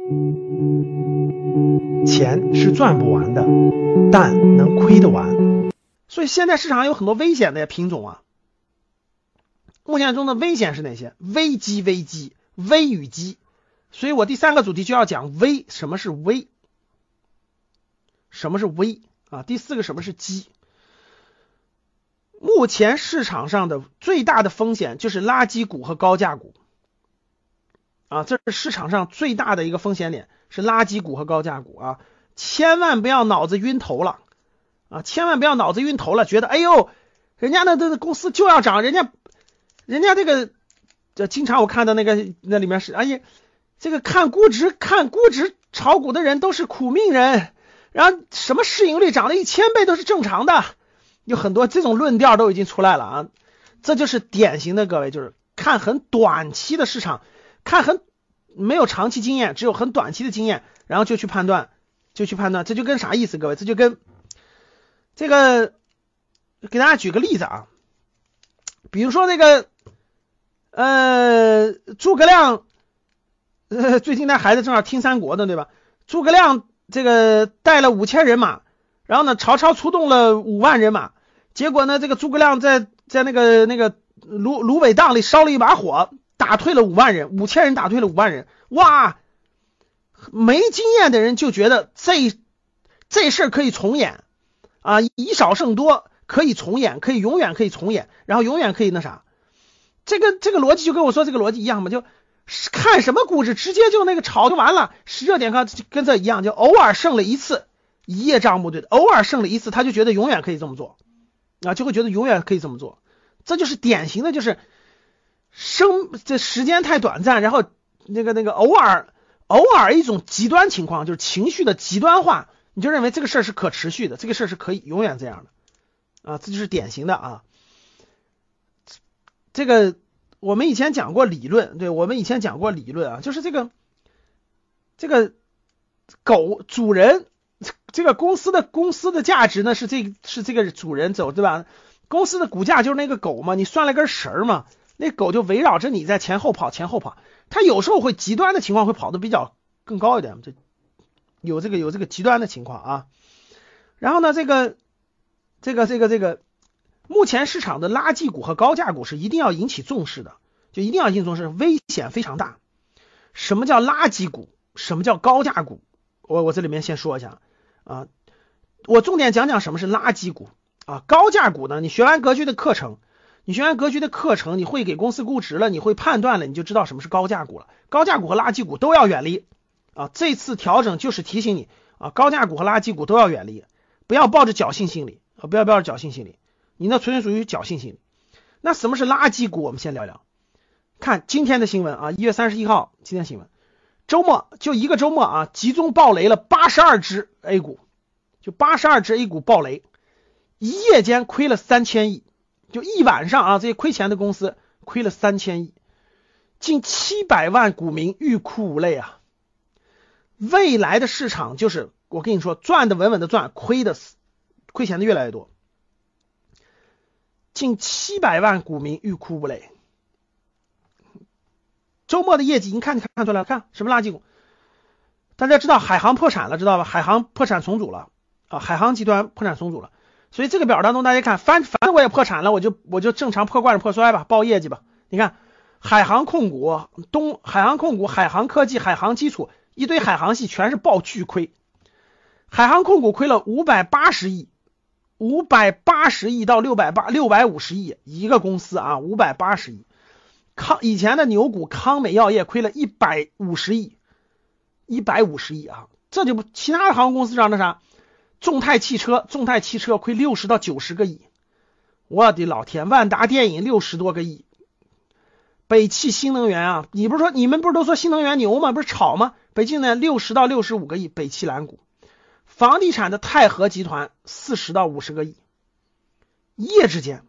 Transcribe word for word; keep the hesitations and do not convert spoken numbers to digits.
钱是赚不完的，但能亏得完。所以现在市场有很多危险的品种啊。目前中的危险是哪些？危机、危机、危与机。所以我第三个主题就要讲危，什么是危？什么是危啊？第四个什么是机？目前市场上的最大的风险就是垃圾股和高价股啊，这是市场上最大的一个风险点，是垃圾股和高价股啊，千万不要脑子晕头了啊，千万不要脑子晕头了，觉得哎呦，人家那这公司就要涨，人家人家这个这经常我看到那个那里面是，哎呀，这个看估值看估值炒股的人都是苦命人，然后什么市盈率涨了一千倍都是正常的，有很多这种论调都已经出来了啊，这就是典型的各位就是看很短期的市场，看很没有长期经验，只有很短期的经验，然后就去判断，就去判断，这就跟啥意思？各位，这就跟这个给大家举个例子啊，比如说这个呃诸葛亮，呃最近那孩子正好听三国的对吧？诸葛亮这个带了五千人马，然后呢曹操出动了五万人马，结果呢这个诸葛亮在在那个那个芦芦苇荡里烧了一把火，打退了五万人，五千人打退了五万人，哇！没经验的人就觉得这这事儿可以重演啊，以少胜多可以重演，可以永远可以重演，然后永远可以那啥。这个这个逻辑就跟我说这个逻辑一样嘛，就看什么估值直接就那个炒就完了，热点看跟这一样，就偶尔胜了一次，一叶障目对的，偶尔胜了一次，他就觉得永远可以这么做啊，就会觉得永远可以这么做，这就是典型的就是生这时间太短暂，然后那个那个偶尔偶尔一种极端情况，就是情绪的极端化，你就认为这个事儿是可持续的，这个事儿是可以永远这样的啊，这就是典型的啊。这个我们以前讲过理论，对我们以前讲过理论啊，就是这个这个狗主人，这个公司的公司的价值呢是这是这个主人走对吧？公司的股价就是那个狗嘛，你拴了根绳嘛。那狗就围绕着你在前后跑，前后跑，它有时候会极端的情况会跑得比较更高一点，这有这个有这个极端的情况啊。然后呢，这个这个这个这个，目前市场的垃圾股和高价股是一定要引起重视的，就一定要引起重视，危险非常大。什么叫垃圾股？什么叫高价股？我我这里面先说一下啊，我重点讲讲什么是垃圾股啊。高价股呢，你学完格局的课程。你学完格局的课程，你会给公司估值了，你会判断了，你就知道什么是高价股了。高价股和垃圾股都要远离啊！这次调整就是提醒你啊，高价股和垃圾股都要远离，不要抱着侥幸心理啊，不要抱着侥幸心理，你那纯粹属于侥幸心理。那什么是垃圾股？我们先聊聊。看今天的新闻啊，一月三十一号今天新闻，周末就一个周末啊，集中暴雷了八十二只 A 股，就八十二只 A 股暴雷，一夜间亏了三千亿。就一晚上啊，这些亏钱的公司亏了三千亿，近七百万股民欲哭无泪啊！未来的市场就是我跟你说，赚的稳稳的赚，亏的亏钱的越来越多，近七百万股民欲哭无泪。周末的业绩，你看你看出来了，看什么垃圾股？大家知道海航破产了，知道吧？海航破产重组了啊，海航集团破产重组了。所以这个表当中大家看，反反正我也破产了，我就我就正常破罐子破摔吧，报业绩吧。你看海航控股、东海航控股、海航科技、海航基础，一堆海航系全是爆巨亏。海航控股亏了五百八十亿，五百八十亿到六百八六百五十亿一个公司啊，五百八十亿。康以前的牛股康美药业亏了一百五十亿，一百五十亿啊，这就不其他的航空公司上那啥。众泰汽车，众泰汽车亏六十到九十个亿，我的老天！万达电影六十多个亿，北汽新能源啊，你不是说你们不是都说新能源牛吗？不是炒吗？北汽呢六十到六十五个亿，北汽蓝股，房地产的泰禾集团四十到五十个亿，一夜之间